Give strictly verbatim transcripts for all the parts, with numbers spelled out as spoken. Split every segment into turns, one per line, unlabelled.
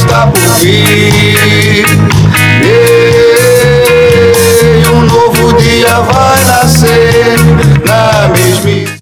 está por vir. E um novo dia vai nascer na mesma.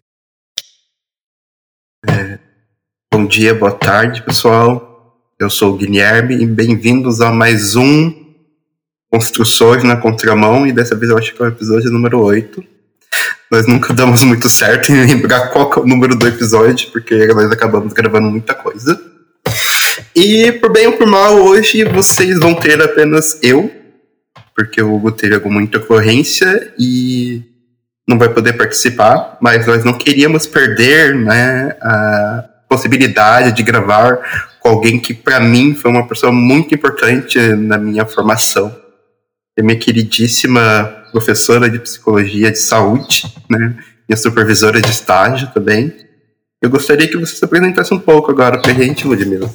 É, bom dia, boa tarde, pessoal. Eu sou o Guilherme e bem-vindos a mais um Construções na Contramão, e dessa vez eu acho que é o episódio número oito. Nós nunca damos muito certo em lembrar qual que é o número do episódio, porque nós acabamos gravando muita coisa. E por bem ou por mal, hoje vocês vão ter apenas eu, porque o Hugo teve alguma intercorrência e não vai poder participar, mas nós não queríamos perder, né, a possibilidade de gravar com alguém que para mim foi uma pessoa muito importante na minha formação. É minha queridíssima professora de psicologia de saúde, né, minha supervisora de estágio também. Eu gostaria que você se apresentasse um pouco agora pra gente, Ludmila.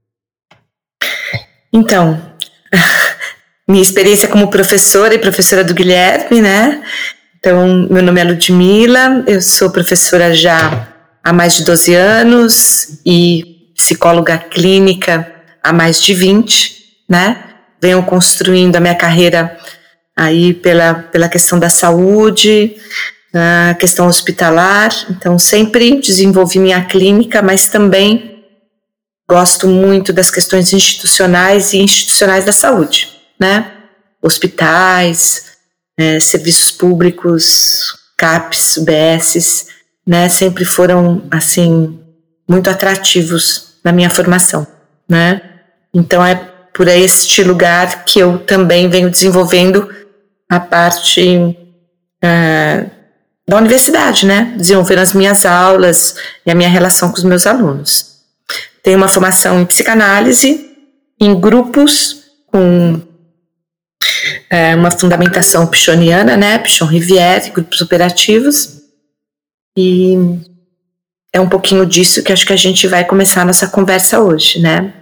Então, minha experiência como professora e professora do Guilherme, né? Então, meu nome é Ludmila, eu sou professora já há mais de doze anos e psicóloga clínica há mais de vinte, né? Venho construindo a minha carreira aí pela, pela questão da saúde, a questão hospitalar. Então, sempre desenvolvi minha clínica, mas também gosto muito das questões institucionais e institucionais da saúde, né? Hospitais, é, serviços públicos, CAPs, U B Ss, né? Sempre foram, assim, muito atrativos na minha formação, né? Então, é por este lugar que eu também venho desenvolvendo a parte uh, da universidade, né? Desenvolvendo as minhas aulas e a minha relação com os meus alunos. Tenho uma formação em psicanálise, em grupos, com é, uma fundamentação pichoniana, né? Pichon-Rivière, grupos operativos. E é um pouquinho disso que acho que a gente vai começar a nossa conversa hoje, né?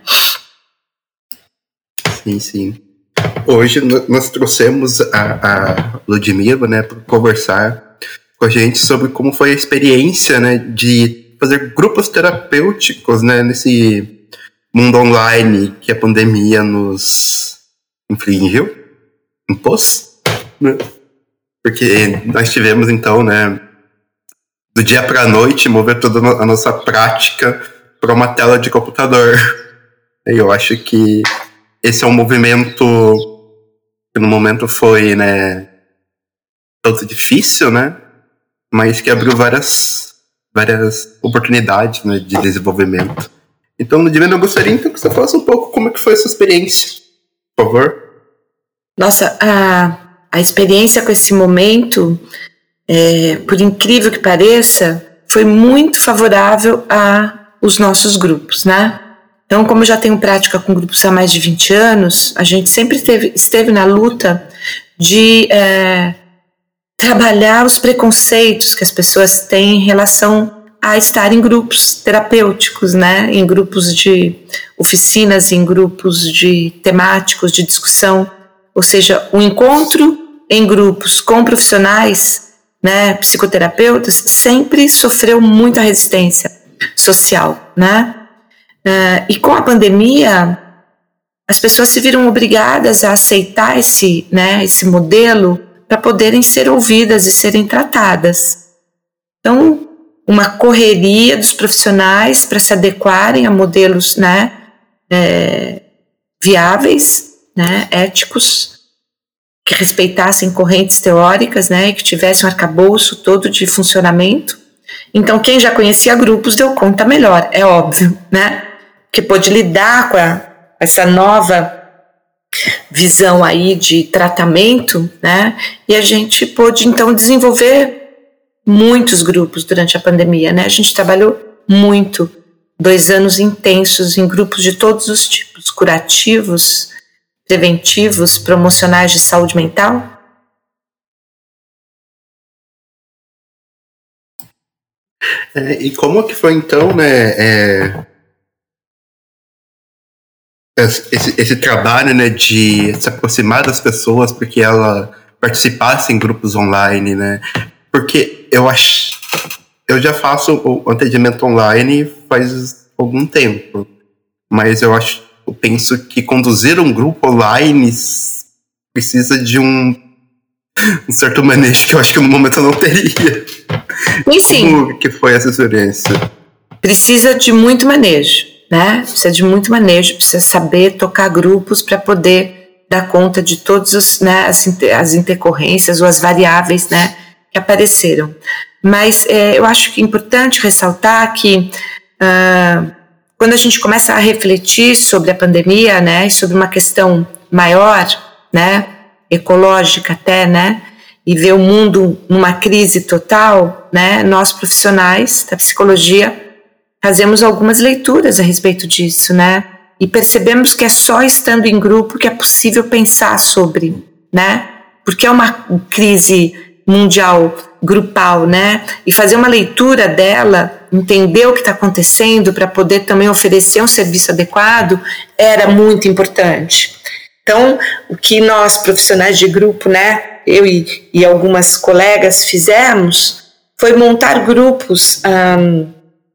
Sim, sim. Hoje nós trouxemos a, a Ludmila, né, para conversar com a gente sobre como foi a experiência, né, de fazer grupos terapêuticos, né, nesse mundo online que a pandemia nos infligiu, impôs, né? Porque nós tivemos, então, né, do dia para a noite, mover toda a nossa prática para uma tela de computador. E eu acho que esse é um movimento que no momento foi, né, tanto difícil, né, mas que abriu várias várias oportunidades, né, de desenvolvimento. Então, Ludmila, eu gostaria então que você falasse um pouco como é que foi essa experiência, por favor.
Nossa, a, a experiência com esse momento, é, por incrível que pareça, foi muito favorável a os nossos grupos, né? Então, como eu já tenho prática com grupos há mais de vinte anos, a gente sempre teve, esteve na luta de é, trabalhar os preconceitos que as pessoas têm em relação a estar em grupos terapêuticos, né? Em grupos de oficinas, em grupos de temáticos de discussão, ou seja, o encontro em grupos com profissionais, né, psicoterapeutas, sempre sofreu muita resistência social, né? Uh, e com a pandemia, as pessoas se viram obrigadas a aceitar esse, né, esse modelo para poderem ser ouvidas e serem tratadas. Então, uma correria dos profissionais para se adequarem a modelos, né, é, viáveis, né, éticos, que respeitassem correntes teóricas, né, e que tivessem um arcabouço todo de funcionamento. Então, quem já conhecia grupos deu conta melhor, é óbvio, né? Que pôde lidar com a, essa nova visão aí de tratamento, né? E a gente pôde, então, desenvolver muitos grupos durante a pandemia, né? A gente trabalhou muito, dois anos intensos em grupos de todos os tipos, curativos, preventivos, promocionais de saúde mental.
É, e como que foi então, né, é, esse, esse trabalho, né, de se aproximar das pessoas porque ela participasse em grupos online, né? Porque eu acho, eu já faço o atendimento online faz algum tempo, mas eu acho eu penso que conduzir um grupo online precisa de um, um certo manejo que eu acho que no momento eu não teria.
E sim.
Como que foi essa experiência?
Precisa de muito manejo, né? Precisa de muito manejo, precisa saber tocar grupos para poder dar conta de todas os, né, as, as intercorrências ou as variáveis, né, que apareceram. Mas é, eu acho que é importante ressaltar que uh, quando a gente começa a refletir sobre a pandemia, né, sobre uma questão maior, né, ecológica até, né, e ver o mundo numa crise total, né, nós profissionais da psicologia fazemos algumas leituras a respeito disso, né, e percebemos que é só estando em grupo que é possível pensar sobre, né, porque é uma crise mundial, grupal, né, e fazer uma leitura dela, entender o que está acontecendo para poder também oferecer um serviço adequado, era muito importante. Então, o que nós profissionais de grupo, né, eu e, e algumas colegas fizemos, foi montar grupos hum,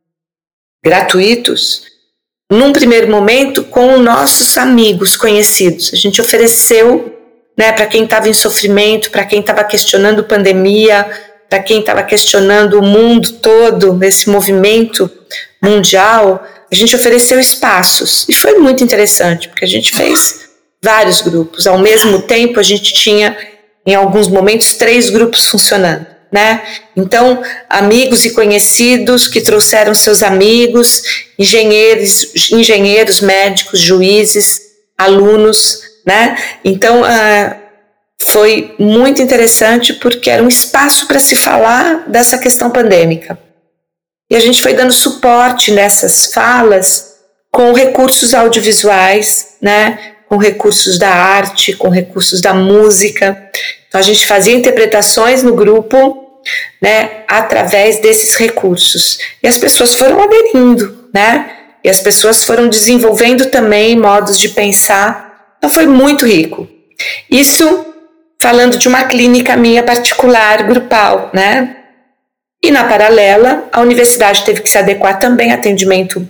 gratuitos, num primeiro momento com nossos amigos conhecidos. A gente ofereceu, né, para quem estava em sofrimento, para quem estava questionando pandemia, para quem estava questionando o mundo todo, esse movimento mundial, a gente ofereceu espaços. E foi muito interessante, porque a gente fez vários grupos. Ao mesmo tempo, a gente tinha, em alguns momentos, três grupos funcionando, né? Então, amigos e conhecidos que trouxeram seus amigos, engenheiros, engenheiros, médicos, juízes, alunos, né? Então, uh, foi muito interessante porque era um espaço para se falar dessa questão pandêmica. E a gente foi dando suporte nessas falas com recursos audiovisuais, né? Com recursos da arte, com recursos da música. Então, a gente fazia interpretações no grupo, né? Através desses recursos. E as pessoas foram aderindo, né? E as pessoas foram desenvolvendo também modos de pensar. Então, foi muito rico. Isso falando de uma clínica minha particular, grupal, né? E na paralela, a universidade teve que se adequar também ao atendimento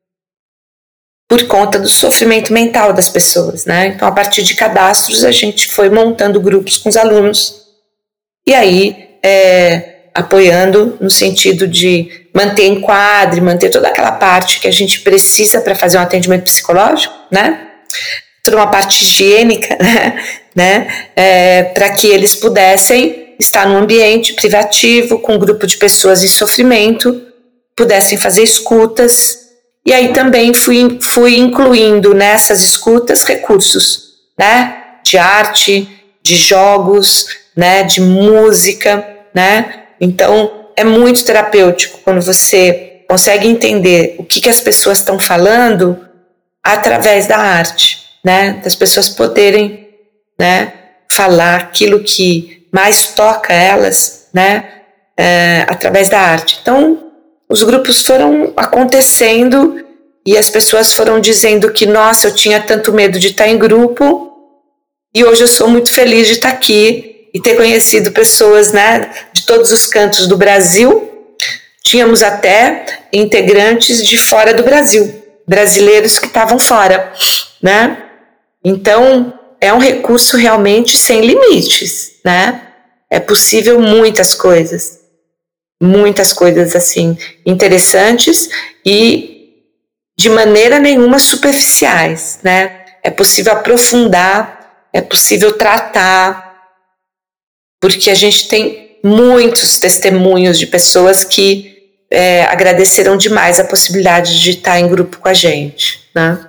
por conta do sofrimento mental das pessoas, né? Então, a partir de cadastros, a gente foi montando grupos com os alunos. E aí, é, apoiando no sentido de manter enquadre, manter toda aquela parte que a gente precisa para fazer um atendimento psicológico, né? Toda uma parte higiênica, né? né? É, para que eles pudessem estar num ambiente privativo, com um grupo de pessoas em sofrimento, pudessem fazer escutas. E aí também fui, fui incluindo nessas escutas recursos, né? De arte, de jogos, né? De música, né? Então, é muito terapêutico quando você consegue entender o que, que as pessoas estão falando através da arte, né? Das pessoas poderem, né, falar aquilo que mais toca elas, né? É, através da arte. Então, os grupos foram acontecendo e as pessoas foram dizendo que, nossa, eu tinha tanto medo de estar em grupo e hoje eu sou muito feliz de estar aqui e ter conhecido pessoas, né, de todos os cantos do Brasil. Tínhamos até integrantes de fora do Brasil, brasileiros que estavam fora, né? Então, é um recurso realmente sem limites, né? É possível muitas coisas. Muitas coisas, assim, interessantes e de maneira nenhuma superficiais, né? É possível aprofundar, é possível tratar, porque a gente tem muitos testemunhos de pessoas que é, agradeceram demais a possibilidade de estar em grupo com a gente, né?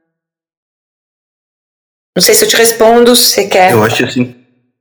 Não sei se eu te respondo, se você quer.
Eu acho assim...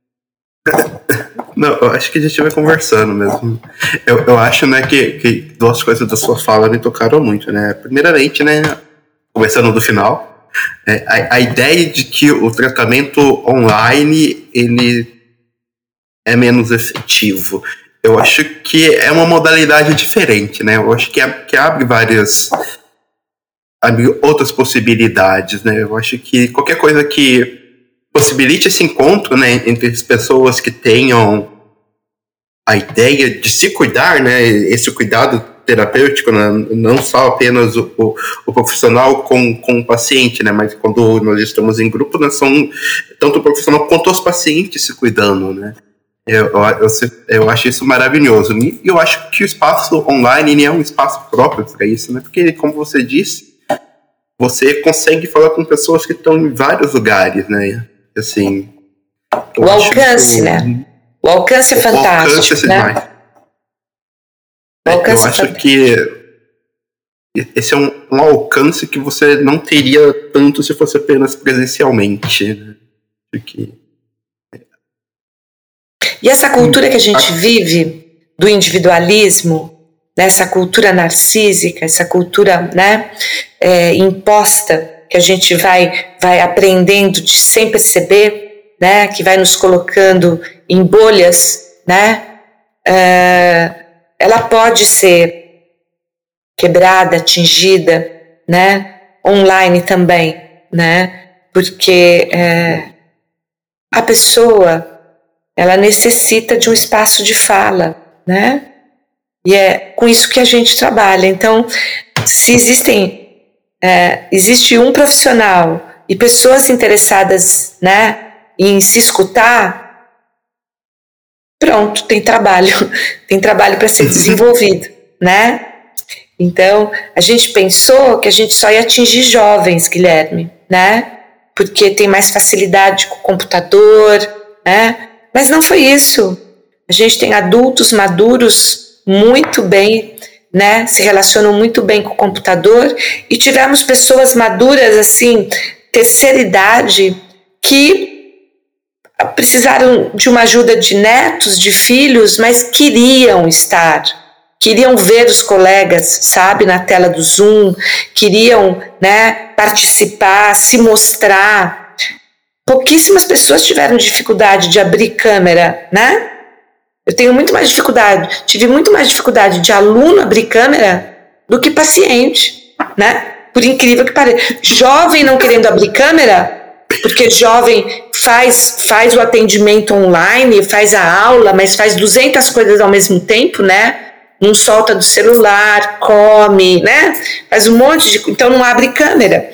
Não, eu acho que a gente vai conversando mesmo. Eu, eu acho, né, que, que duas coisas da sua fala me tocaram muito, né? Primeiramente, né, começando do final, é, a, a ideia de que o tratamento online, ele é menos efetivo. Eu acho que é uma modalidade diferente, né? Eu acho que, é, que abre várias... abre outras possibilidades, né? Eu acho que qualquer coisa que possibilite esse encontro, né, entre as pessoas que tenham a ideia de se cuidar, né, esse cuidado terapêutico, né? Não só apenas o, o, o profissional com, com o paciente, né? Mas quando nós estamos em grupo, né? São tanto o profissional quanto os pacientes se cuidando, né? Eu, eu, eu acho isso maravilhoso. E eu acho que o espaço online é um espaço próprio para isso, né? Porque, como você disse, você consegue falar com pessoas que estão em vários lugares, né? Assim,
o alcance, que, né? O alcance é fantástico, alcance, né?
Demais. O alcance eu é acho fantástico. Que esse é um, um alcance que você não teria tanto se fosse apenas presencialmente, né? Porque...
E essa cultura que a gente vive do individualismo, né? Essa cultura narcísica, essa cultura, né? É, imposta, que a gente vai, vai aprendendo de sem perceber, né? Que vai nos colocando em bolhas, né? É, ela pode ser quebrada, atingida, né? Online também, né? Porque é, a pessoa ela necessita de um espaço de fala, né? E é com isso que a gente trabalha. Então, se existem, é, existe um profissional e pessoas interessadas, né, em se escutar, pronto, tem trabalho, tem trabalho para ser desenvolvido, né? Então, a gente pensou que a gente só ia atingir jovens, Guilherme, né? Porque tem mais facilidade com o computador, né? Mas não foi isso. A gente tem adultos maduros muito bem, né? Se relacionam muito bem com o computador e tivemos pessoas maduras, assim, terceira idade, que precisaram de uma ajuda de netos, de filhos, mas queriam estar, queriam ver os colegas, sabe, na tela do Zoom, queriam, né, participar, se mostrar. Pouquíssimas pessoas tiveram dificuldade de abrir câmera, né? Eu tenho muito mais dificuldade, tive muito mais dificuldade de aluno abrir câmera do que paciente, né? Por incrível que pareça. Jovem não querendo abrir câmera, porque jovem faz, faz o atendimento online, faz a aula, mas faz duzentas coisas ao mesmo tempo, né? Não solta do celular, come, né? Faz um monte de... Então não abre câmera.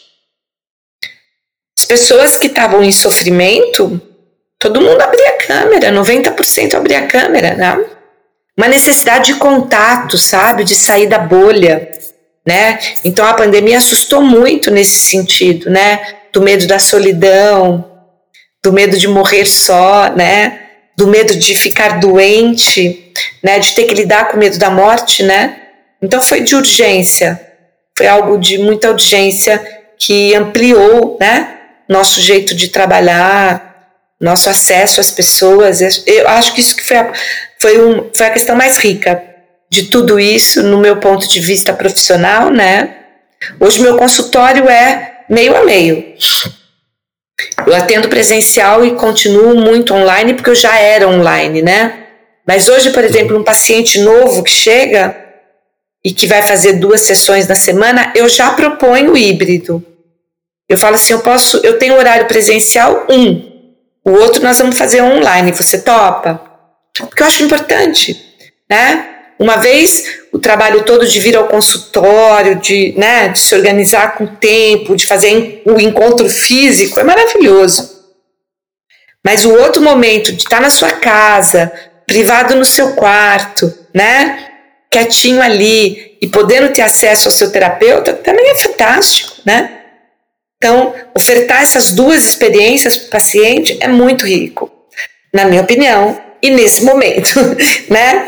As pessoas que estavam em sofrimento, todo mundo abria a câmera, noventa por cento abria a câmera, né? Uma necessidade de contato, sabe? De sair da bolha, né? Então a pandemia assustou muito nesse sentido, né? Do medo da solidão, do medo de morrer só, né? Do medo de ficar doente, né? De ter que lidar com o medo da morte, né? Então foi de urgência, foi algo de muita urgência que ampliou, né? Nosso jeito de trabalhar, nosso acesso às pessoas. Eu acho que isso que foi a, foi, um, foi a questão mais rica de tudo isso, no meu ponto de vista profissional, né? Hoje meu consultório é meio a meio. Eu atendo presencial e continuo muito online, porque eu já era online, né? Mas hoje, por exemplo, um paciente novo que chega e que vai fazer duas sessões na semana, eu já proponho híbrido. Eu falo assim, eu posso, eu tenho horário presencial um, o outro nós vamos fazer online, você topa? Porque eu acho importante, né? Uma vez o trabalho todo de vir ao consultório, de, né, de se organizar com tempo, de fazer o encontro físico, é maravilhoso. Mas o outro momento de estar na sua casa, privado no seu quarto, né? Quietinho ali e podendo ter acesso ao seu terapeuta, também é fantástico, né? Então, ofertar essas duas experiências para o paciente é muito rico, na minha opinião, e nesse momento, né?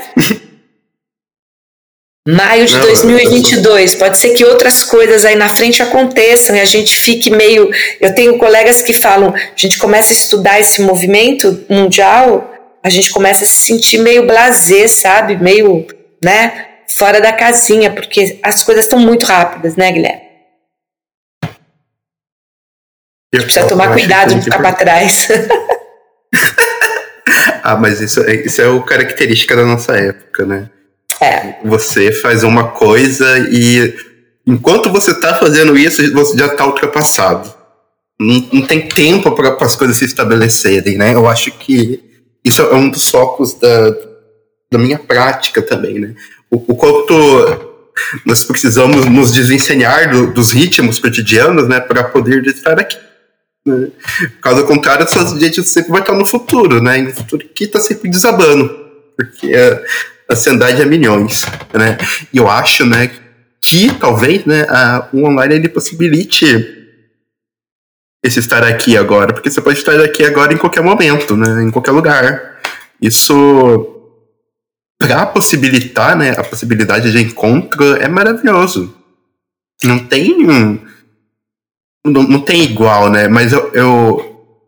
Maio de Não, dois mil e vinte e dois, pode ser que outras coisas aí na frente aconteçam e a gente fique meio... Eu tenho colegas que falam, a gente começa a estudar esse movimento mundial, a gente começa a se sentir meio blasé, sabe? Meio, né? Fora da casinha, porque as coisas estão muito rápidas, né, Guilherme? A gente precisa tomar cuidado de não ficar para trás.
Ah, mas isso, isso é o característica da nossa época, né?
É.
Você faz uma coisa e enquanto você está fazendo isso, você já está ultrapassado. Não, não tem tempo para as coisas se estabelecerem, né? Eu acho que isso é um dos focos da, da minha prática também, né? o, o quanto nós precisamos nos desencanar do, dos ritmos cotidianos, né, para poder estar aqui. Né? Caso contrário, essas gente sempre vai estar no futuro, né? E no futuro que está sempre desabando, porque a, a ansiedade é milhões, né? E eu acho, né, que talvez, né, a, o online ele possibilite esse estar aqui agora, porque você pode estar aqui agora em qualquer momento, né, em qualquer lugar. Isso, para possibilitar, né, a possibilidade de encontro é maravilhoso. Não tem não, não tem igual, né? Mas eu eu,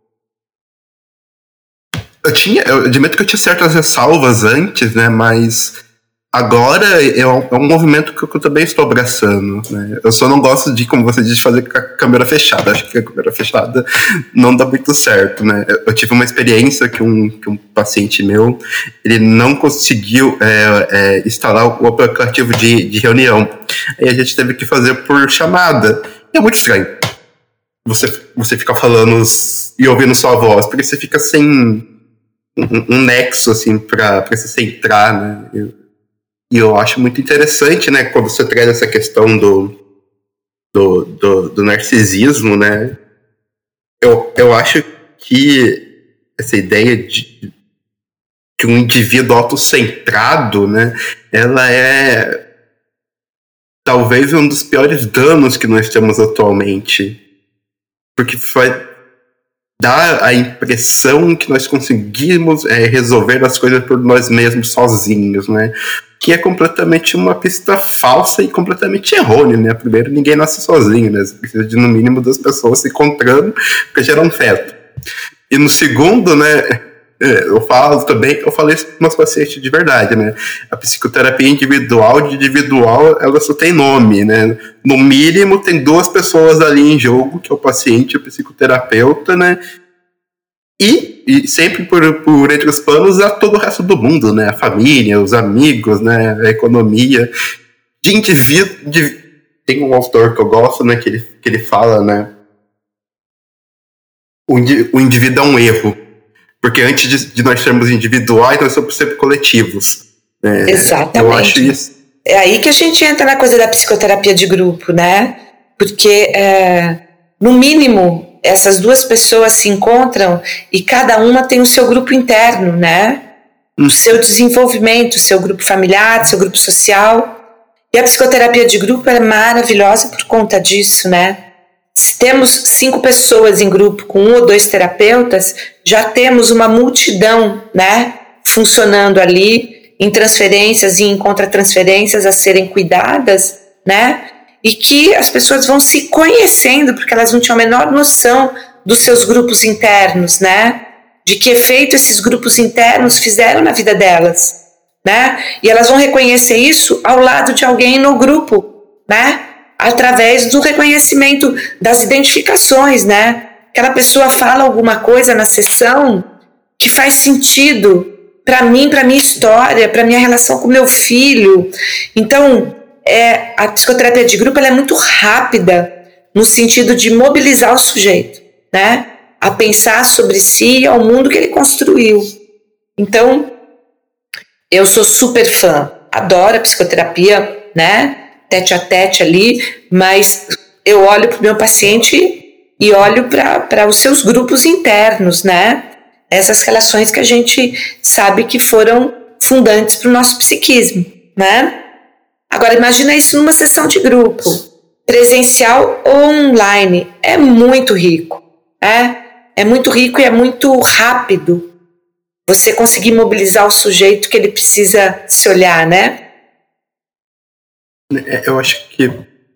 eu tinha, eu admito que eu tinha certas ressalvas antes, né? Mas agora é um, é um movimento que eu também estou abraçando, né? Eu só não gosto de, como você disse, fazer com a câmera fechada. Acho que a câmera fechada não dá muito certo, né? Eu, eu tive uma experiência que um, que um paciente meu, ele não conseguiu é, é, instalar o aplicativo de, de reunião. Aí a gente teve que fazer por chamada. E é muito estranho você, você ficar falando e ouvindo sua voz, porque você fica sem um, um nexo, assim, pra, pra se centrar, né? Eu, E eu acho muito interessante, né, quando você traz essa questão do, do, do, do narcisismo, né? Eu, eu acho que essa ideia de, de um indivíduo autocentrado, né, ela é talvez um dos piores danos que nós temos atualmente. Porque vai dar a impressão que nós conseguimos é, resolver as coisas por nós mesmos sozinhos, né? Que é completamente uma pista falsa e completamente errônea, né? Primeiro, ninguém nasce sozinho, né? Você precisa de, no mínimo, duas pessoas se encontrando para gerar um feto. E no segundo, né, eu falo também, eu falei isso para meus pacientes de verdade, né? A psicoterapia individual de individual, ela só tem nome, né? No mínimo, tem duas pessoas ali em jogo, que é o paciente e o psicoterapeuta, né? E, e sempre por, por entre os panos há todo o resto do mundo, né? A família, os amigos, né? A economia. De indivíduo... De, tem um autor que eu gosto, né? Que ele, que ele fala, né? O, o indivíduo é um erro. Porque antes de, de nós sermos individuais, nós somos sempre coletivos. É,
Exatamente.
Eu acho isso.
É aí que a gente entra na coisa da psicoterapia de grupo, né? Porque, é, no mínimo, essas duas pessoas se encontram e cada uma tem o seu grupo interno, né? Hum. O seu desenvolvimento, o seu grupo familiar, o seu grupo social. E a psicoterapia de grupo é maravilhosa por conta disso, né? Se temos cinco pessoas em grupo com um ou dois terapeutas, já temos uma multidão, né, funcionando ali em transferências e em contratransferências a serem cuidadas, né, e que as pessoas vão se conhecendo porque elas não tinham a menor noção dos seus grupos internos, né, de que efeito esses grupos internos fizeram na vida delas, né, e elas vão reconhecer isso ao lado de alguém no grupo, né, através do reconhecimento das identificações, né? Aquela pessoa fala alguma coisa na sessão que faz sentido para mim, para minha história, para minha relação com meu filho. Então, é, a psicoterapia de grupo ela é muito rápida no sentido de mobilizar o sujeito, né? A pensar sobre si e ao mundo que ele construiu. Então, eu sou super fã, adoro a psicoterapia, né? Tete a tete ali, mas eu olho para o meu paciente e olho para os seus grupos internos, né? Essas relações que a gente sabe que foram fundantes para o nosso psiquismo, né? Agora, imagina isso numa sessão de grupo, presencial ou online, é muito rico, né? É muito rico e é muito rápido você conseguir mobilizar o sujeito que ele precisa se olhar, né?
Eu acho que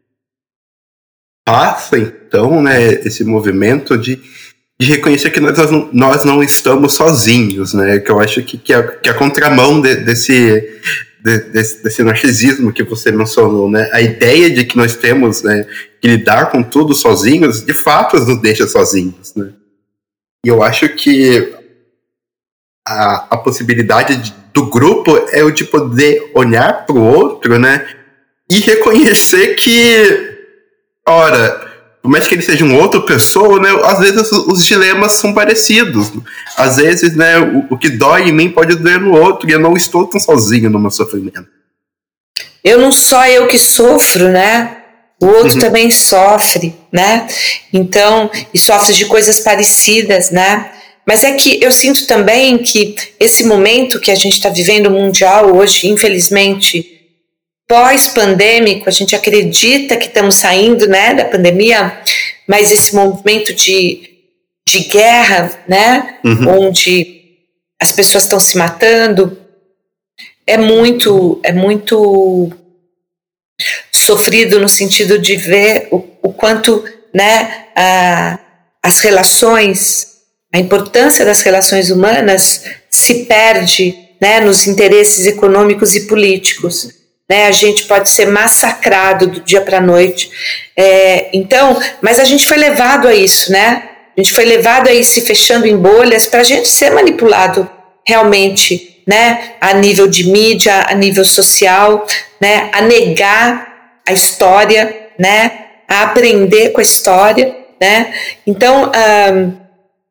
passa, então, né, esse movimento de, de reconhecer que nós, nós não estamos sozinhos, né, que eu acho que, que, a, que a contramão de, desse, de, desse, desse narcisismo que você mencionou, né, a ideia de que nós temos, né, que lidar com tudo sozinhos, de fato nos deixa sozinhos, né, e eu acho que a, a possibilidade de, do grupo é o de poder olhar para o outro, né, e reconhecer que, ora, por mais que ele seja uma outra pessoa, né, às vezes os, os dilemas são parecidos. Às vezes, né, o, o que dói em mim pode doer no outro, e eu não estou tão sozinho no meu sofrimento.
eu não só eu que sofro, né? O outro uhum. também sofre, né? Então, e sofre de coisas parecidas, né? Mas é que eu sinto também que esse momento que a gente está vivendo mundial hoje, infelizmente, pós-pandêmico, a gente acredita que estamos saindo, né, da pandemia, mas esse momento de, de guerra, né, uhum. onde as pessoas estão se matando, é muito, é muito sofrido no sentido de ver o, o quanto, né, a, as relações, a importância das relações humanas se perde, né, nos interesses econômicos e políticos. Né, a gente pode ser massacrado do dia para a noite. É, então, mas a gente foi levado a isso, né? A gente foi levado a ir se fechando em bolhas para a gente ser manipulado realmente, né? A nível de mídia, a nível social, né? A negar a história, né? A aprender com a história, né? Então, um,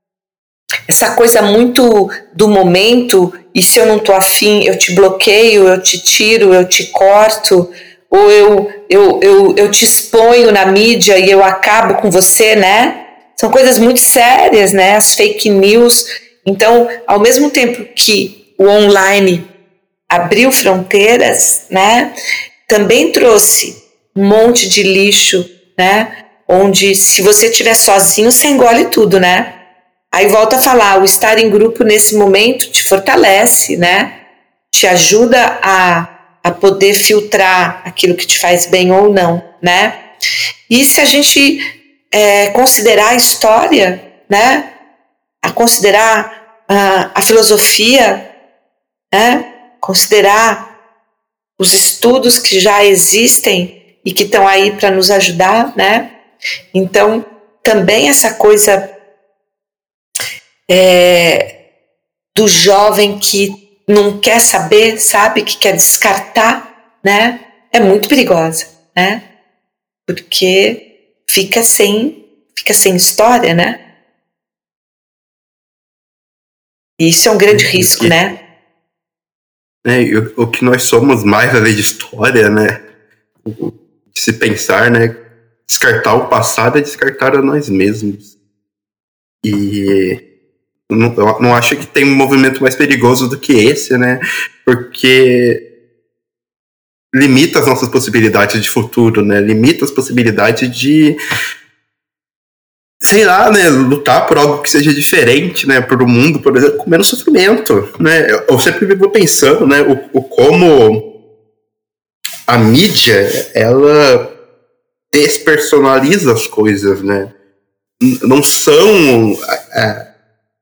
essa coisa muito do momento, e se eu não estou afim, eu te bloqueio, eu te tiro, eu te corto, ou eu, eu, eu, eu te exponho na mídia e eu acabo com você, né? São coisas muito sérias, né? As fake news. Então, ao mesmo tempo que o online abriu fronteiras, né? Também trouxe um monte de lixo, né? Onde, se você estiver sozinho, você engole tudo, né? Aí volta a falar, o estar em grupo nesse momento te fortalece, né? Te ajuda a, a poder filtrar aquilo que te faz bem ou não, né? E se a gente é, considerar a história, né? A considerar a, a filosofia, né? Considerar os estudos que já existem e que estão aí para nos ajudar, né? Então, também essa coisa É, do jovem que não quer saber, sabe, que quer descartar, né, é muito perigosa, né, porque fica sem, fica sem história, né, e isso é um grande é, risco, que, né.
É, o, o que nós somos mais além de história, né, de se pensar, né, descartar o passado é descartar a nós mesmos, e Não, eu não acho que tem um movimento mais perigoso do que esse, né? Porque limita as nossas possibilidades de futuro, né? Limita as possibilidades de, sei lá, né? Lutar por algo que seja diferente, né? Por um mundo, por exemplo, com menos sofrimento, né? Eu, eu sempre vivo pensando, né? O, o como a mídia, ela despersonaliza as coisas, né? Não são... É,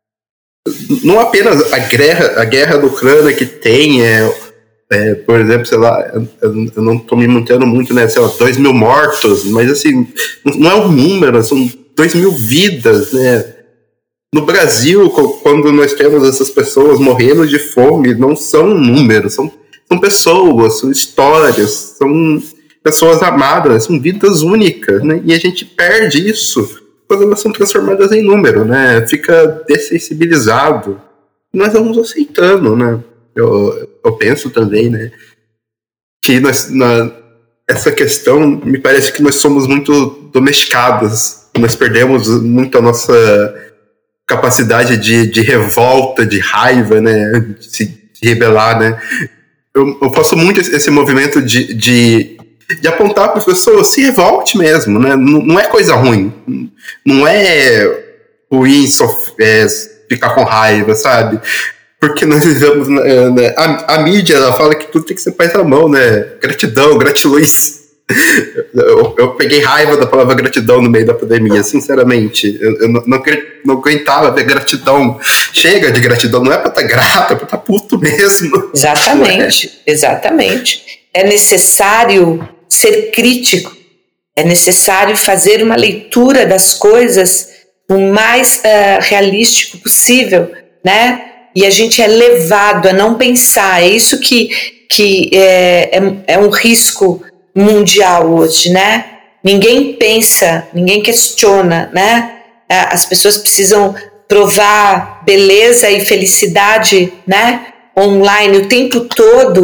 não apenas a guerra, a guerra da Ucrânia que tem, é, é, por exemplo, sei lá, eu, eu não estou me mantendo muito, né, sei lá, dois mil mortos, mas assim, não é um número, são dois mil vidas, né. No Brasil, quando nós temos essas pessoas morrendo de fome, não são números, são, são pessoas, são histórias, são pessoas amadas, são vidas únicas, né, e a gente perde isso quando elas são transformadas em número, né? Fica dessensibilizado. Nós vamos aceitando, né? Eu, eu penso também, né? Que nós, na, essa questão, me parece que nós somos muito domesticados. Nós perdemos muito a nossa capacidade de, de revolta, de raiva, né? De se de rebelar, né? Eu, eu faço muito esse, esse movimento de... de de apontar para as pessoas, se revolte mesmo, né? Não, não é coisa ruim, não é ruim sof- é, ficar com raiva, sabe? Porque nós vivemos, né, a, a mídia, ela fala que tudo tem que ser paz na mão, né? Gratidão, gratiluz. Eu, eu peguei raiva da palavra gratidão no meio da pandemia, sinceramente. Eu, eu não, não, não aguentava ver gratidão. Chega de gratidão, não é pra estar grata, é pra estar puto mesmo.
Exatamente, é? exatamente. É necessário ser crítico, é necessário fazer uma leitura das coisas o mais uh, realístico possível, né? E a gente é levado a não pensar, é isso que, que é, é, é um risco mundial hoje, né? Ninguém pensa, ninguém questiona, né? As pessoas precisam provar beleza e felicidade, né? Online o tempo todo,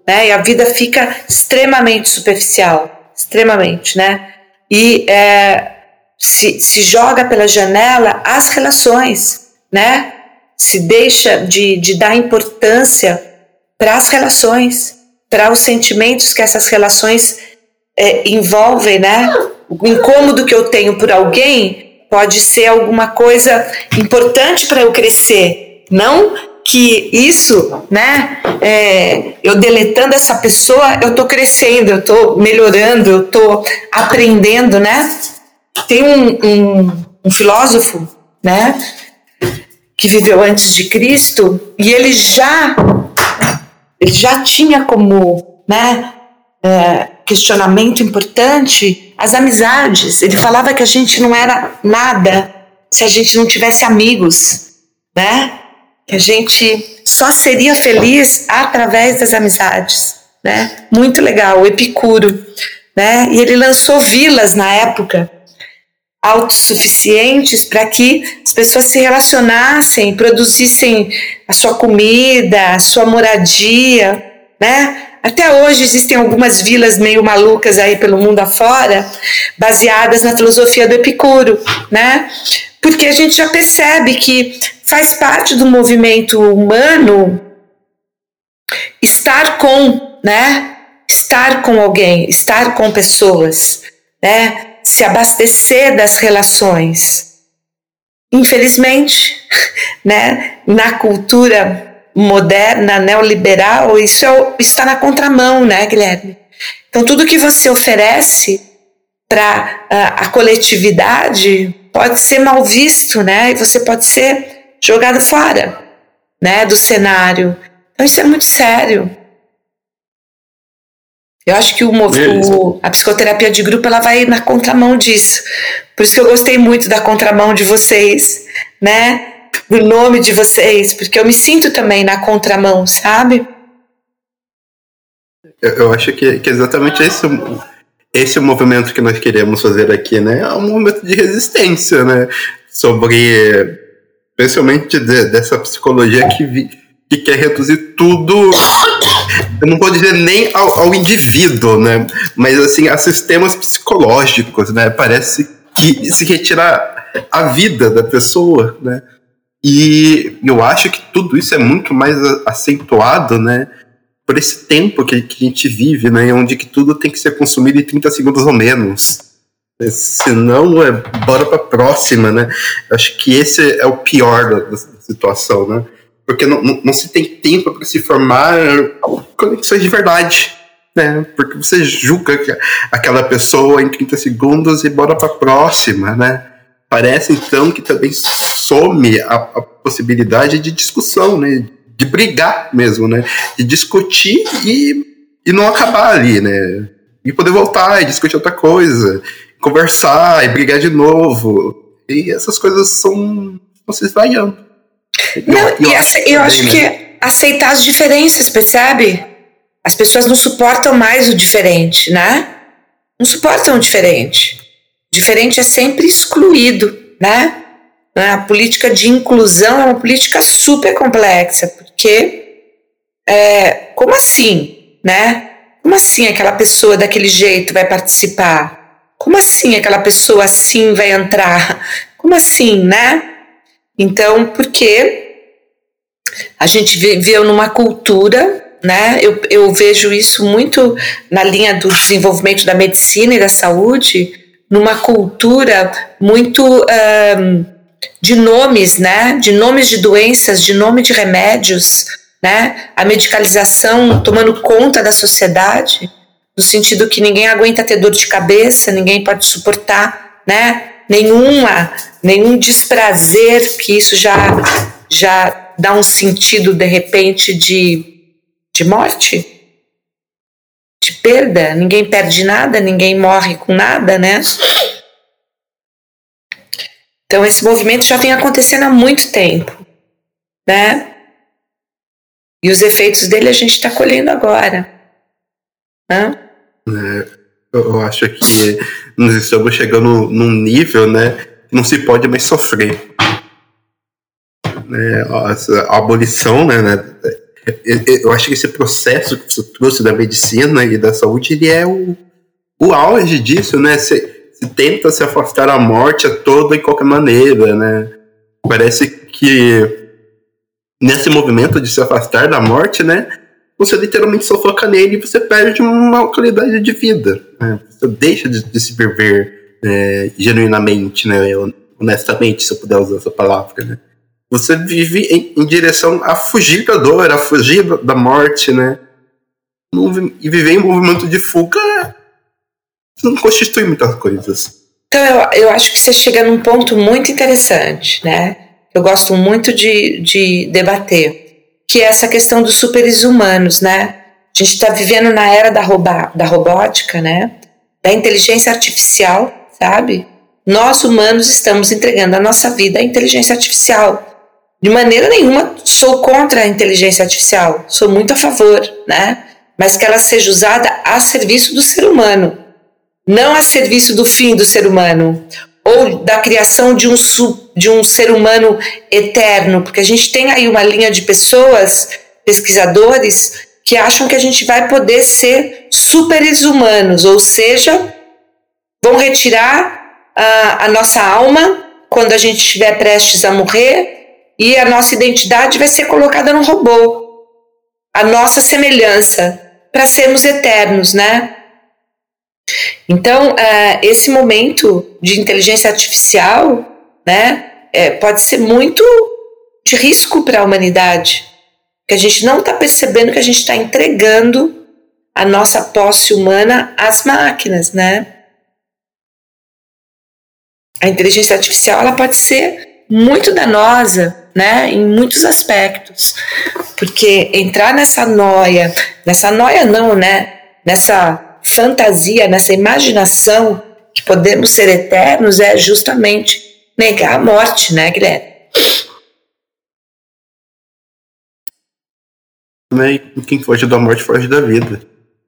né? E a vida fica extremamente superficial, extremamente, né? E é, se, se joga pela janela as relações, né? Se deixa de, de dar importância para as relações, para os sentimentos que essas relações é, envolvem, né? O incômodo que eu tenho por alguém pode ser alguma coisa importante para eu crescer, não que isso, né? É, eu deletando essa pessoa, eu estou crescendo, eu estou melhorando, eu estou aprendendo, né? Tem um, um, um filósofo, né? Que viveu antes de Cristo, e ele já, ele já tinha como, né, é, questionamento importante as amizades. Ele falava que a gente não era nada se a gente não tivesse amigos, né? Que a gente só seria feliz através das amizades, né? Muito legal, o Epicuro, né? E ele lançou vilas na época, autossuficientes, para que as pessoas se relacionassem, produzissem a sua comida, a sua moradia, né? Até hoje existem algumas vilas meio malucas aí pelo mundo afora, baseadas na filosofia do Epicuro, né? Porque a gente já percebe que faz parte do movimento humano estar com, né? Estar com alguém, estar com pessoas, né? Se abastecer das relações. Infelizmente, né, na cultura moderna, neoliberal, isso é, está na contramão, né, Guilherme? Então, tudo que você oferece para a, a coletividade pode ser mal visto, né? E você pode ser jogado fora, né, do cenário. Então, isso é muito sério. Eu acho que o, o, a psicoterapia de grupo ela vai na contramão disso. Por isso que eu gostei muito da contramão de vocês, né? Do nome de vocês, porque eu me sinto também na contramão, sabe?
Eu, eu acho que, que exatamente esse, esse é o movimento que nós queremos fazer aqui, né? É um movimento de resistência, né? Sobre, especialmente de, dessa psicologia que, vi, que quer reduzir tudo... Eu não vou dizer nem ao, ao indivíduo, né? Mas assim, a sistemas psicológicos, né? Parece que se retirar a vida da pessoa, né? E eu acho que tudo isso é muito mais acentuado, né? Por esse tempo que, que a gente vive, né? Onde que tudo tem que ser consumido em trinta segundos ou menos. Senão, é bora pra próxima, né? Eu acho que esse é o pior da, da situação, né? Porque não, não, não se tem tempo para se formar conexões de verdade, né? Porque você julga aquela pessoa em trinta segundos e bora para a próxima, né? Parece, então, que também some a, a possibilidade de discussão, né? De brigar mesmo, né? De discutir e, e não acabar ali, né? E poder voltar e discutir outra coisa, conversar e brigar de novo. E essas coisas são, vão se esvaiando.
Não, eu, eu, acho, eu acho que é aceitar as diferenças, percebe? As pessoas não suportam mais o diferente, né? Não suportam o diferente. O diferente é sempre excluído, né? A política de inclusão é uma política super complexa, porque é, como assim, né? Como assim aquela pessoa daquele jeito vai participar? Como assim aquela pessoa assim vai entrar? Como assim, né? Então, porque a gente viveu numa cultura, né? Eu, eu vejo isso muito na linha do desenvolvimento da medicina e da saúde, numa cultura muito um, de nomes, né? De nomes de doenças, de nome de remédios, né? A medicalização tomando conta da sociedade, no sentido que ninguém aguenta ter dor de cabeça, ninguém pode suportar, né? Nenhuma, nenhum desprazer, que isso já, já dá um sentido, de repente, de, de morte, de perda. Ninguém perde nada, ninguém morre com nada, né? Então, esse movimento já vem acontecendo há muito tempo, né? E os efeitos dele a gente está colhendo agora, né?
É. Eu acho que nós estamos chegando num nível, né, que não se pode mais sofrer. É, a abolição, né, né, Eu acho que esse processo que você trouxe da medicina e da saúde, ele é o, o auge disso, né? Você, você tenta se afastar da morte a toda e qualquer maneira, né? Parece que nesse movimento de se afastar da morte, né? Você literalmente sufoca nele e você perde uma qualidade de vida, né? Você deixa de, de se viver é, genuinamente, né? Honestamente, se eu puder usar essa palavra, né? Você vive em, em direção a fugir da dor, a fugir da morte, né? E viver em um movimento de fuga não constitui muitas coisas.
Então, eu, eu acho que você chega num ponto muito interessante, né? Eu gosto muito de, de debater, que é essa questão dos superes humanos, né? A gente está vivendo na era da, roba, da robótica, né? Da inteligência artificial, sabe? Nós, humanos, estamos entregando a nossa vida à inteligência artificial. De maneira nenhuma sou contra a inteligência artificial, sou muito a favor, né? Mas que ela seja usada a serviço do ser humano, não a serviço do fim do ser humano, ou da criação de um, de um ser humano eterno, porque a gente tem aí uma linha de pessoas, pesquisadores, que acham que a gente vai poder ser superes humanos, ou seja, vão retirar a, a nossa alma quando a gente estiver prestes a morrer, e a nossa identidade vai ser colocada no robô, a nossa semelhança, para sermos eternos, né? Então, uh, esse momento de inteligência artificial, né, é, pode ser muito de risco para a humanidade, porque a gente não está percebendo que a gente está entregando a nossa posse humana às máquinas, né? A inteligência artificial, ela pode ser muito danosa, né, em muitos aspectos, porque entrar nessa noia, nessa noia não, né, nessa fantasia, nessa imaginação que podemos ser eternos é justamente negar a morte, né, Guilherme?
Quem foge da morte foge da vida.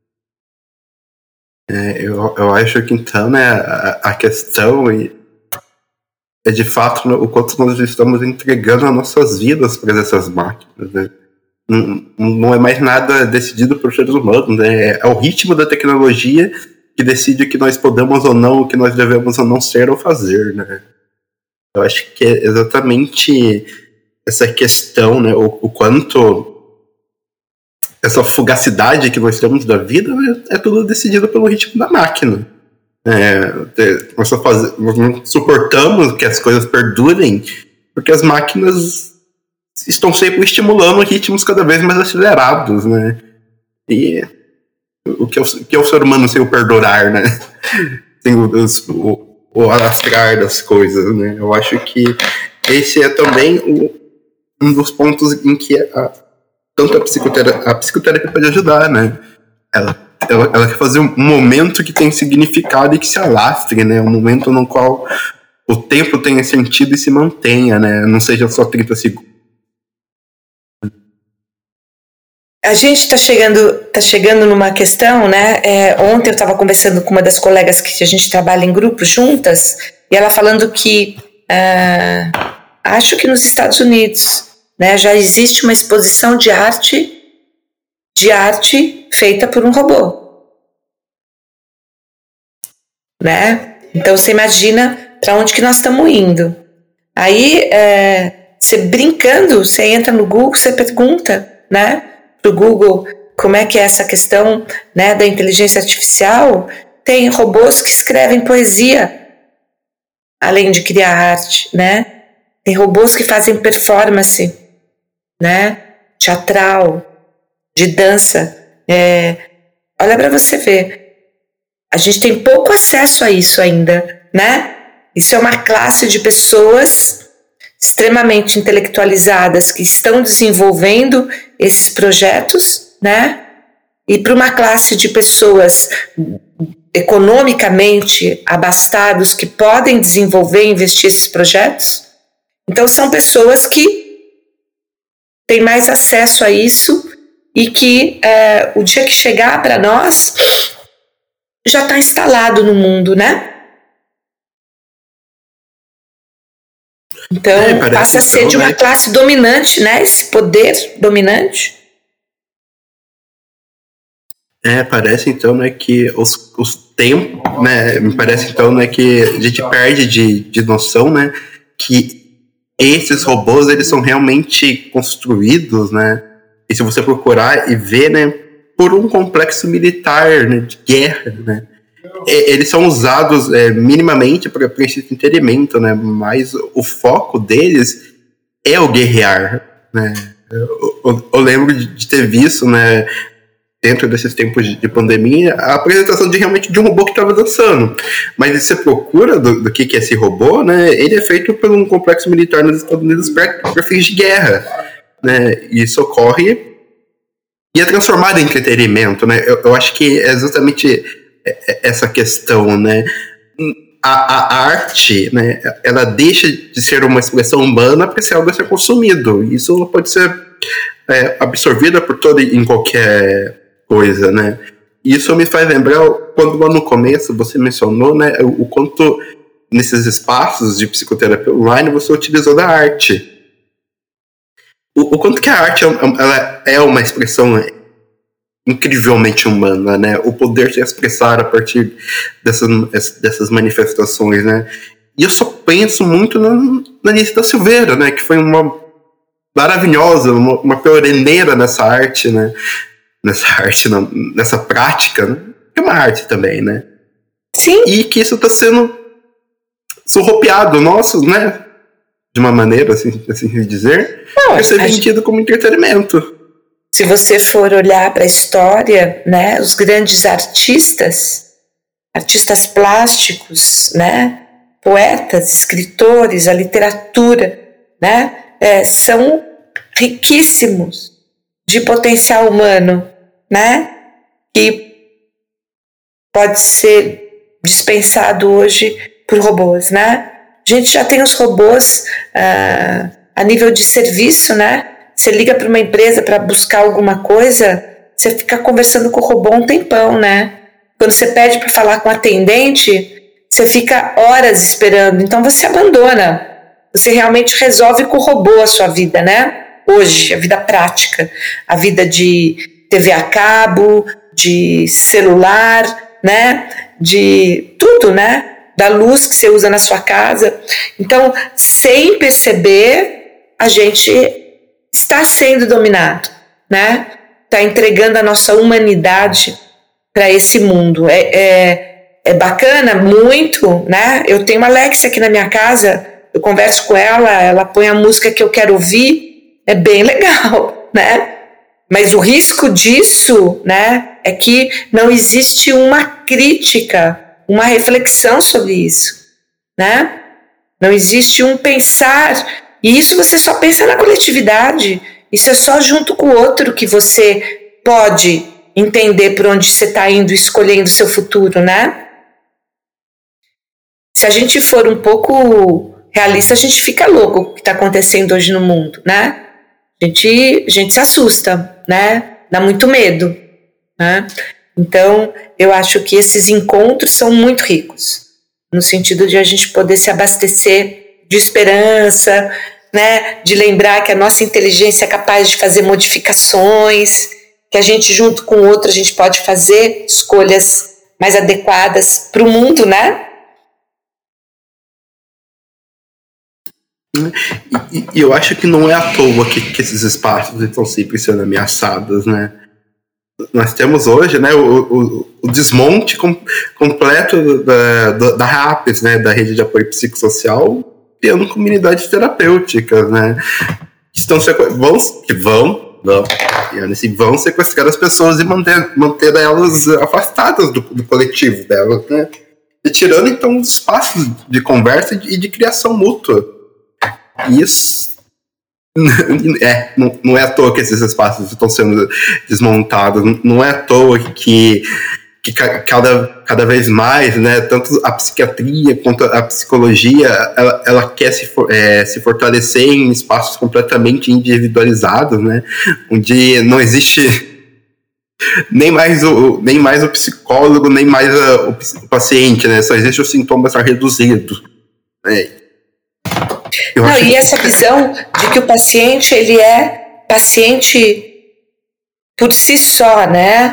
É, eu, eu acho que então, né, a, a questão é de fato, né, o quanto nós estamos entregando as nossas vidas para essas máquinas, né? Não, não é mais nada decidido por seres humanos, né? É o ritmo da tecnologia que decide o que nós podemos ou não, o que nós devemos ou não ser ou fazer, né? Eu acho que é exatamente essa questão, né, o, o quanto essa fugacidade que nós temos da vida, né, é tudo decidido pelo ritmo da máquina. É, nós, só faz, nós não suportamos que as coisas perdurem porque as máquinas estão sempre estimulando ritmos cada vez mais acelerados, né? E o que é o, o, que é o ser humano sem o perdurar, né? Sem o, o, o alastrar das coisas, né? Eu acho que esse é também o, um dos pontos em que a, tanto a psicoterapia, a psicoterapia pode ajudar, né? Ela Ela, ela quer fazer um momento que tem significado e que se alastre, né? Um momento no qual o tempo tenha sentido e se mantenha, né? Não seja só trinta segundos.
A gente está chegando, tá chegando numa questão, né? É, ontem eu estava conversando com uma das colegas que a gente trabalha em grupo juntas, e ela falando que uh, acho que nos Estados Unidos, né, já existe uma exposição de arte de arte feita por um robô, né? Então você imagina para onde que nós estamos indo. Aí, é, você brincando, você entra no Google, você pergunta, né, pro Google como é que é essa questão, né, da inteligência artificial. Tem robôs que escrevem poesia, além de criar arte, né? Tem robôs que fazem performance, né, teatral, de dança. É, olha para você ver, a gente tem pouco acesso a isso ainda, né? Isso é uma classe de pessoas extremamente intelectualizadas que estão desenvolvendo esses projetos, né? E para uma classe de pessoas economicamente abastados que podem desenvolver e investir esses projetos. Então são pessoas que têm mais acesso a isso e que é, o dia que chegar para nós já está instalado no mundo, né? Então, é, passa a ser de uma classe dominante, né? Esse poder dominante.
É, parece então, né, que os, os tempos, né, me parece então, né, que a gente perde de, de noção, né, que esses robôs, eles são realmente construídos, né, e se você procurar e ver, né, por um complexo militar, né, de guerra, né, eles são usados é, minimamente para esse entretenimento, né, mas o foco deles é o guerrear, né. Eu, eu, eu lembro de ter visto, né, dentro desses tempos de, de pandemia, a apresentação de realmente de um robô que estava dançando. Mas você procura do, do que, que é esse robô, né, ele é feito por um complexo militar nos Estados Unidos para fins de guerra, né, e isso ocorre e é transformado em entretenimento, né. Eu, eu acho que é exatamente essa questão, né. A, a arte, né, ela deixa de ser uma expressão humana para ser algo a ser consumido. Isso pode ser é, absorvida por todo e em qualquer coisa, né. Isso me faz lembrar quando lá no começo você mencionou, né, o, o quanto nesses espaços de psicoterapia online você utilizou da arte. O, o quanto que a arte ela é uma expressão incrivelmente humana, né? O poder se expressar a partir dessas, dessas manifestações, né? E eu só penso muito na, na Alice da Silveira, né? Que foi uma maravilhosa, uma, uma pioneira nessa arte, né? Nessa arte, não, nessa prática, né? Que é uma arte também, né?
Sim.
E que isso está sendo surrupiado nosso, né? De uma maneira, assim, assim dizer, para ser vendido gente... como entretenimento.
Se você for olhar para a história, né, os grandes artistas, artistas plásticos, né, poetas, escritores, a literatura, né, é, são riquíssimos de potencial humano, né, que pode ser dispensado hoje por robôs, né? A gente já tem os robôs ah, a nível de serviço, né? Você liga para uma empresa para buscar alguma coisa, você fica conversando com o robô um tempão, né? Quando você pede para falar com o atendente, você fica horas esperando. Então você abandona. Você realmente resolve com o robô a sua vida, né? Hoje, a vida prática. A vida de T V a cabo, de celular, né? De tudo, né? Da luz que você usa na sua casa. Então, sem perceber, a gente está sendo dominado, né? Está entregando a nossa humanidade para esse mundo. É, é, é bacana, muito, né? Eu tenho uma Alexa aqui na minha casa, eu converso com ela, ela põe a música que eu quero ouvir, é bem legal, né? Mas o risco disso, né, é que não existe uma crítica, uma reflexão sobre isso, né? Não existe um pensar. E isso você só pensa na coletividade. Isso é só junto com o outro que você pode entender por onde você está indo, escolhendo o seu futuro, né? Se a gente for um pouco realista, a gente fica louco com o que está acontecendo hoje no mundo, né? A gente, a gente se assusta, né? Dá muito medo, né? Então, eu acho que esses encontros são muito ricos, no sentido de a gente poder se abastecer de esperança, né, de lembrar que a nossa inteligência é capaz de fazer modificações, que a gente junto com o outro a gente pode fazer escolhas mais adequadas para o mundo, né?
E, e eu acho que não é à toa que, que esses espaços estão sempre sendo ameaçados, né? Nós temos hoje, né, o, o, o desmonte com, completo da, da, da RAPS, né, da Rede de Apoio Psicossocial, tendo comunidades terapêuticas, né, que estão vão, que vão, vão, assim, vão sequestrar as pessoas e manter, manter elas afastadas do, do coletivo delas, né, e tirando então os espaços de conversa e de, de criação mútua. Isso é, não, não é à toa que esses espaços estão sendo desmontados, não é à toa que que cada, cada vez mais, né, tanto a psiquiatria quanto a psicologia, ela, ela quer se, for, é, se fortalecer em espaços completamente individualizados, né, onde não existe nem mais o, nem mais o psicólogo, nem mais a, o, o paciente, né, só existe o sintoma estar reduzido, né. Eu
não,
acho
e
que...
essa visão de que o paciente, ele é paciente por si só, né?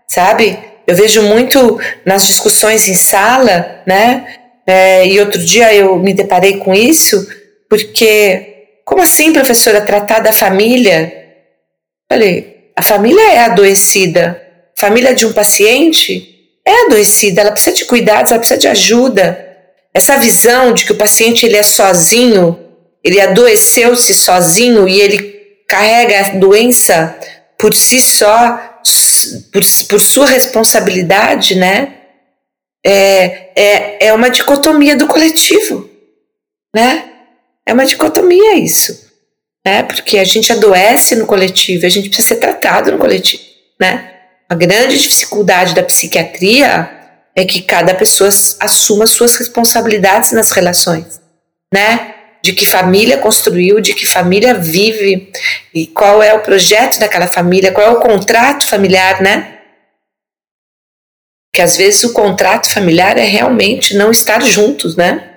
sabe? Eu vejo muito nas discussões em sala, né? É, e outro dia eu me deparei com isso, porque, como assim, professora, tratar da família? Falei, a família é adoecida. A família de um paciente é adoecida, ela precisa de cuidados, ela precisa de ajuda. Essa visão de que o paciente ele é sozinho, ele adoeceu-se sozinho e ele carrega a doença por si só, por, por sua responsabilidade, né? É, é, é uma dicotomia do coletivo, né? É uma dicotomia isso, né? Porque a gente adoece no coletivo, a gente precisa ser tratado no coletivo, né? A grande dificuldade da psiquiatria é que cada pessoa assuma suas responsabilidades nas relações, né? De que família construiu, de que família vive, e qual é o projeto daquela família, qual é o contrato familiar, né? Que às vezes o contrato familiar é realmente não estar juntos, né?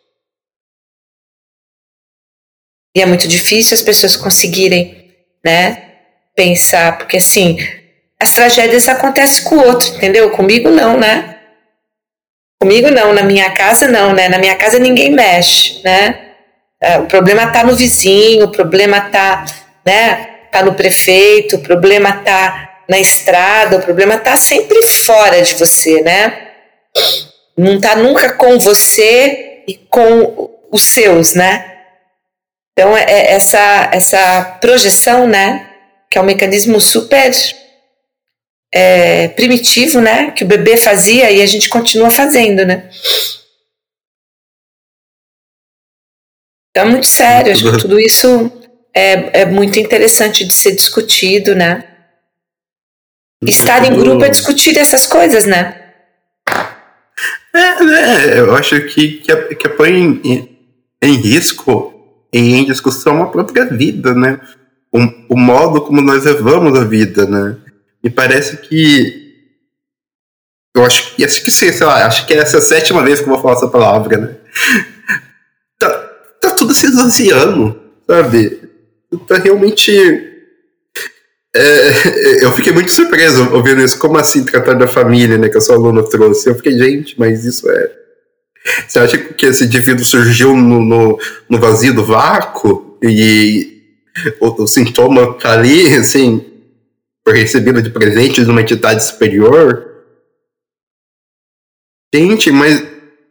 E é muito difícil as pessoas conseguirem, né, pensar, porque assim, as tragédias acontecem com o outro, entendeu? Comigo não, né? Comigo não, na minha casa não, né? Na minha casa ninguém mexe, né? O problema está no vizinho, o problema está, né, tá no prefeito, o problema está na estrada, o problema está sempre fora de você, né? Não está nunca com você e com os seus, né? Então, é essa, essa projeção, né, que é um mecanismo super é, primitivo, né, que o bebê fazia e a gente continua fazendo, né? Então é muito sério, acho que tudo isso é, é muito interessante de ser discutido, né? Estar em grupo é discutir essas coisas, né?
É, né? Eu acho que, que, que põe em, em risco, em discussão, a própria vida, né? O, o modo como nós levamos a vida, né? E parece que eu acho, acho que sei lá, acho que é essa a sétima vez que eu vou falar essa palavra, né? Tá, tá tudo se esvaziando, sabe? Tá realmente... É, eu fiquei muito surpreso ouvindo isso. Como assim tratar da família, né? Que a sua aluna trouxe. Eu fiquei, gente, mas isso é... Você acha que esse indivíduo surgiu no, no, no vazio do vácuo? E o, o sintoma tá ali, assim, foi recebido de presente de uma entidade superior? Gente, mas...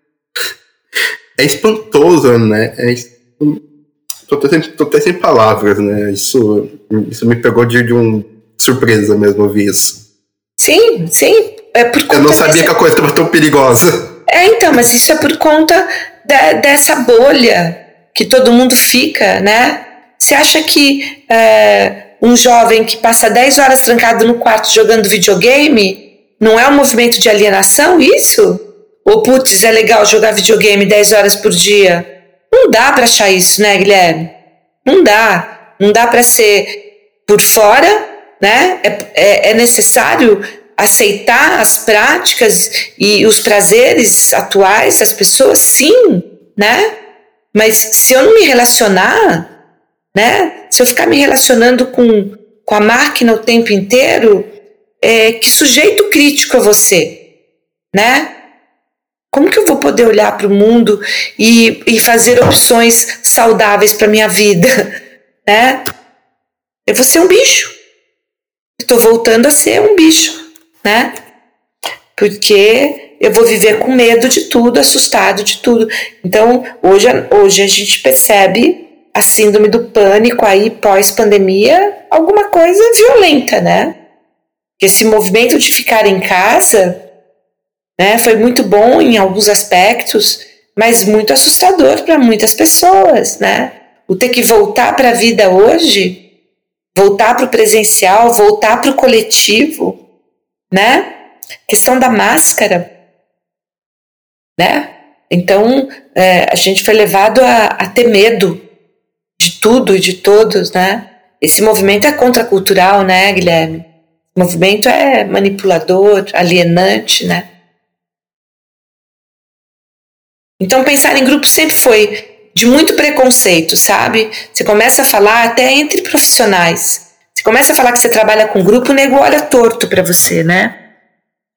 É espantoso, né? É espantoso. Tô até, sem, tô até sem palavras, né? Isso, isso me pegou de, de um surpresa mesmo ouvir isso.
Sim, sim. É por conta
Eu não sabia
dessa...
que a coisa estava tão perigosa.
É, então, mas isso é por conta da, dessa bolha que todo mundo fica, né? Você acha que é, um jovem que passa dez horas trancado no quarto jogando videogame não é um movimento de alienação, isso? Ou, putz, é legal jogar videogame dez horas por dia? Não dá para achar isso, né, Guilherme? Não dá. Não dá para ser por fora, né? É, é, é necessário aceitar as práticas e os prazeres atuais das pessoas, sim, né? Mas se eu não me relacionar, né? Se eu ficar me relacionando com, com a máquina o tempo inteiro, é, que sujeito crítico é você, né? Como que eu vou poder olhar para o mundo e, e fazer opções saudáveis para a minha vida, né? Eu vou ser um bicho. Estou voltando a ser um bicho, né? Porque eu vou viver com medo de tudo, assustado de tudo. Então, hoje, hoje a gente percebe a síndrome do pânico aí, pós-pandemia, alguma coisa violenta, né? Esse movimento de ficar em casa... Né, foi muito bom em alguns aspectos, mas muito assustador para muitas pessoas, né? O ter que voltar para a vida hoje, voltar para o presencial, voltar para o coletivo, né? Questão da máscara, né? Então, é, a gente foi levado a, a ter medo de tudo e de todos, né? Esse movimento é contracultural, né, Guilherme? O movimento é manipulador, alienante, né? Então, pensar em grupo sempre foi de muito preconceito, sabe? Você começa a falar até entre profissionais. Você começa a falar que você trabalha com grupo, o nego olha torto para você, né?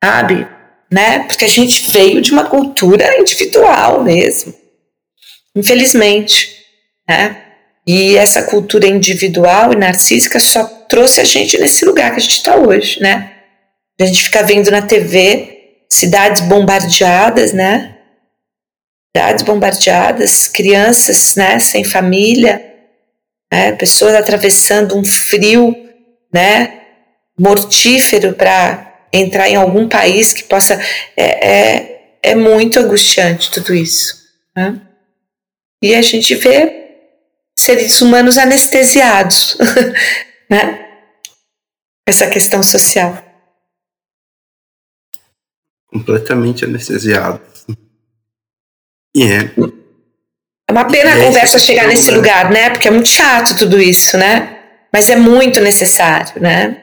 sabe? Né? Porque a gente veio de uma cultura individual mesmo, infelizmente, né? E essa cultura individual e narcísica só trouxe a gente nesse lugar que a gente está hoje, né? A gente fica vendo na T V cidades bombardeadas, né? Cidades bombardeadas, crianças, né, sem família, né? Pessoas atravessando um frio, né, mortífero para entrar em algum país que possa... É, é, é muito angustiante tudo isso, né? E a gente vê seres humanos anestesiados, né? Essa questão social.
Completamente anestesiados. E é...
É uma pena a conversa chegar nesse
né?
lugar, né? Porque é muito chato tudo isso, né? Mas é muito necessário, né?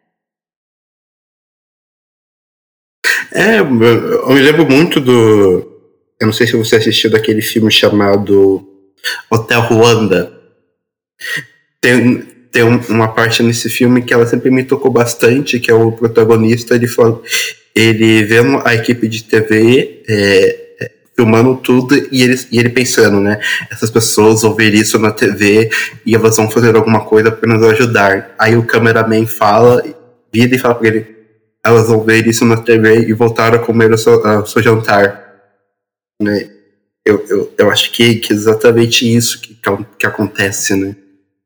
É, eu eu me lembro muito do... Eu não sei se você assistiu daquele filme chamado Hotel Ruanda. Tem, tem um- uma parte nesse filme que ela sempre me tocou bastante, que é o protagonista, ele fala, ele vendo a equipe de T V é, é, filmando tudo e ele, e ele pensando, né? Essas pessoas vão ver isso na T V e elas vão fazer alguma coisa para nos ajudar. Aí o cameraman fala, vira e fala para ele, elas vão ver isso na T V e voltar a comer o seu, a- o seu jantar, né? Eu, eu, eu acho que, que é exatamente isso que, que, que acontece, né?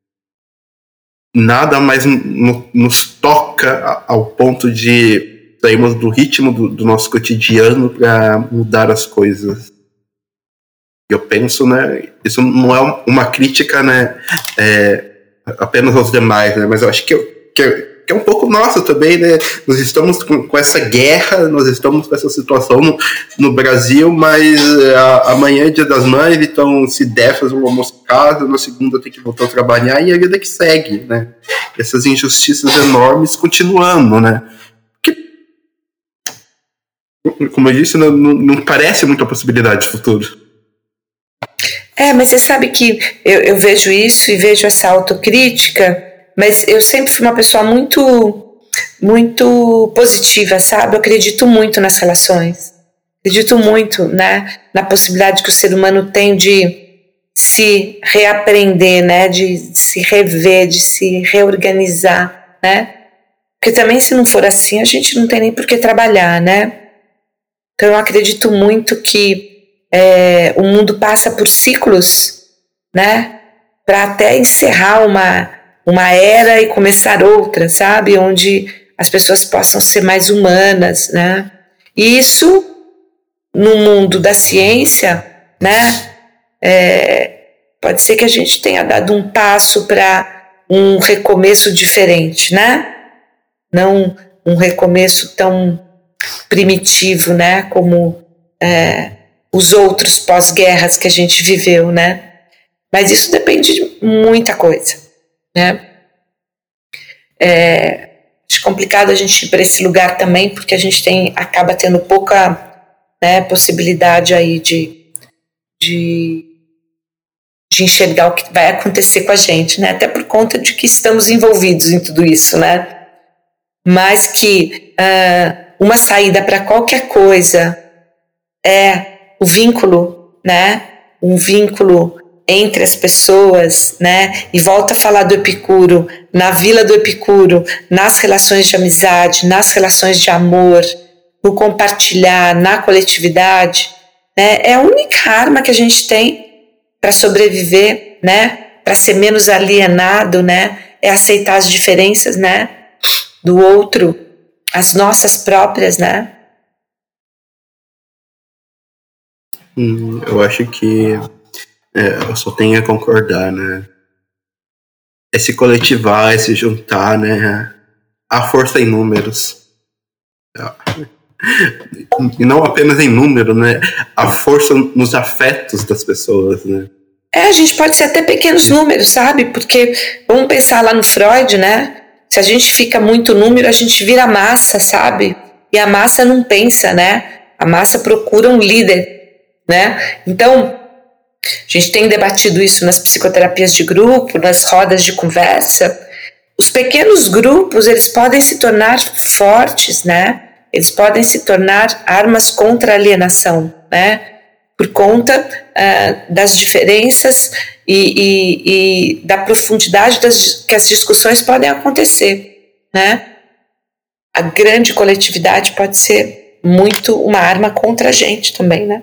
Nada mais no- nos toca a- ao ponto de sairmos do ritmo do, do nosso cotidiano para mudar as coisas. Eu penso, né? Isso não é uma crítica, né? É, apenas aos demais, né? Mas eu acho que, que, que é um pouco nossa também, né? Nós estamos com, com essa guerra, nós estamos com essa situação no, no Brasil, mas a, amanhã é Dia das Mães, então se der fazer um almoço em casa, na segunda tem que voltar a trabalhar e a vida que segue, né? Essas injustiças enormes continuando, né? Porque, como eu disse, não, não, não parece muito a possibilidade de futuro.
É, mas você sabe que eu, eu vejo isso e vejo essa autocrítica, mas eu sempre fui uma pessoa muito, muito positiva, sabe? Eu acredito muito nas relações. Acredito muito, né, na possibilidade que o ser humano tem de se reaprender, né, de se rever, de se reorganizar, né? Porque também se não for assim, a gente não tem nem por que trabalhar, né? Então eu acredito muito que é, o mundo passa por ciclos, né? Para até encerrar uma, uma era e começar outra, sabe? Onde as pessoas possam ser mais humanas, né? E isso, no mundo da ciência, né? É, pode ser que a gente tenha dado um passo para um recomeço diferente, né? Não um recomeço tão primitivo, né? Como é, os outros pós-guerras que a gente viveu, né? Mas isso depende de muita coisa, né? É, acho complicado a gente ir para esse lugar também, porque a gente tem, acaba tendo pouca, né, possibilidade aí de, de, de enxergar o que vai acontecer com a gente, né? Até por conta de que estamos envolvidos em tudo isso, né? Mas que uh, uma saída para qualquer coisa é o vínculo, né? Um vínculo entre as pessoas, né? E volta a falar do Epicuro, na Vila do Epicuro, nas relações de amizade, nas relações de amor, no compartilhar, na coletividade, né? É a única arma que a gente tem para sobreviver, né? Para ser menos alienado, né? É aceitar as diferenças, né? Do outro, as nossas próprias, né?
Hum, eu acho que é, eu só tenho a concordar, né? É se coletivar, é se juntar, né? A força em números. E não apenas em número, né? A força nos afetos das pessoas, né?
É, a gente pode ser até pequenos números, sabe? Porque vamos pensar lá no Freud, né? Se a gente fica muito número, a gente vira massa, sabe? E a massa não pensa, né? A massa procura um líder, né? Então, a gente tem debatido isso nas psicoterapias de grupo, nas rodas de conversa. Os pequenos grupos, eles podem se tornar fortes, né? Eles podem se tornar armas contra a alienação, né? Por conta uh, das diferenças e, e, e da profundidade das, que as discussões podem acontecer, né? A grande coletividade pode ser muito uma arma contra a gente também, né?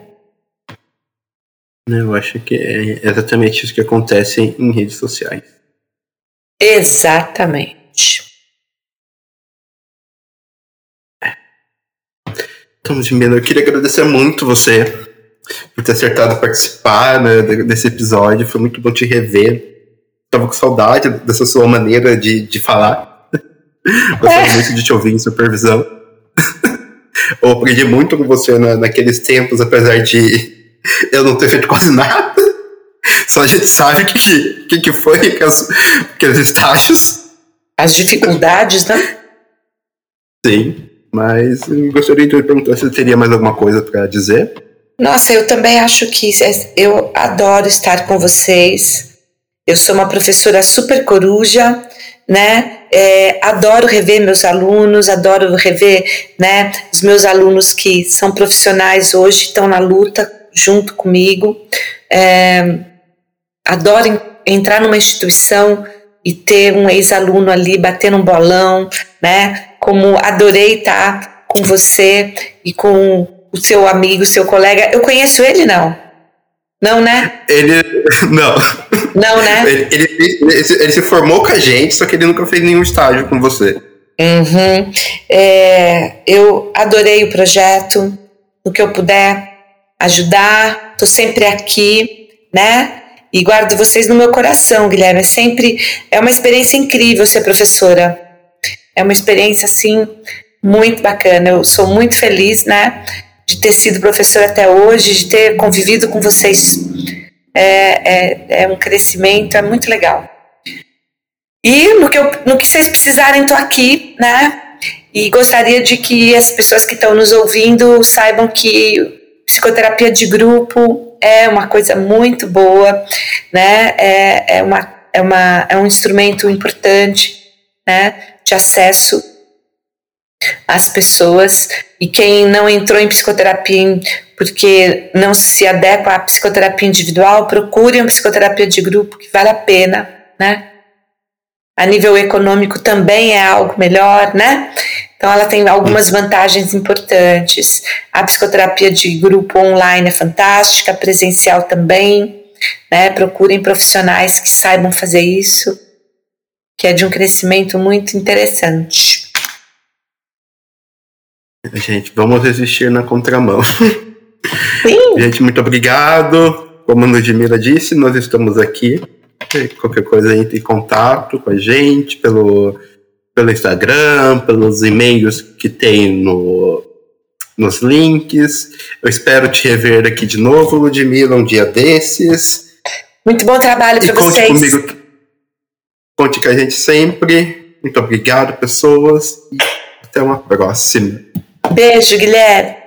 Eu acho que é exatamente isso que acontece em redes sociais.
Exatamente.
Então, Jimena, eu queria agradecer muito você por ter acertado participar, né, desse episódio. Foi muito bom te rever. Estava com saudade dessa sua maneira de, de falar. Gostava é. muito de te ouvir em supervisão. Eu aprendi muito com você na, naqueles tempos, apesar de eu não ter feito quase nada. Só a gente sabe o que, que, que foi aqueles, aqueles estágios.
As dificuldades, né?
Sim. Mas eu gostaria de perguntar se teria mais alguma coisa para dizer.
Nossa, eu também acho que eu adoro estar com vocês. Eu sou uma professora super coruja, né? É, adoro rever meus alunos, adoro rever, né, os meus alunos que são profissionais hoje, estão na luta junto comigo. É, adoro entrar numa instituição e ter um ex-aluno ali batendo um bolão, né? Como adorei estar com você e com o seu amigo, seu colega. Eu conheço ele, não? Não, né?
Ele... Não.
Não, né?
Ele, ele, ele, ele se formou com a gente, só que ele nunca fez nenhum estágio com você.
Uhum. É, eu adorei o projeto. No que eu puder ajudar, estou sempre aqui, né? E guardo vocês no meu coração, Guilherme. É sempre... É uma experiência incrível ser professora. É uma experiência, assim, muito bacana. Eu sou muito feliz, né, de ter sido professora até hoje, de ter convivido com vocês. É, é, é um crescimento, é muito legal. E no que, eu, no que vocês precisarem, estou aqui, né? E gostaria de que as pessoas que estão nos ouvindo saibam que psicoterapia de grupo é uma coisa muito boa, né? É, é, uma, é, uma, é um instrumento importante, né, de acesso às pessoas. E quem não entrou em psicoterapia porque não se adequa à psicoterapia individual, procure uma psicoterapia de grupo, que vale a pena, né? A nível econômico também é algo melhor, né? Então ela tem algumas vantagens importantes. A psicoterapia de grupo online é fantástica, presencial também, né? Procurem profissionais que saibam fazer isso, que é de um crescimento muito interessante.
Gente, vamos resistir na contramão.
Sim.
Gente, muito obrigado. Como a Ludmila disse, nós estamos aqui. Qualquer coisa, entre em contato com a gente pelo, pelo Instagram, pelos e-mails que tem no, nos links. Eu espero te rever aqui de novo, Ludmila, um dia desses.
Muito bom trabalho para vocês.
Conte comigo. Conte com a gente sempre. Muito obrigado, pessoas. E até uma próxima.
Beijo, Guilherme.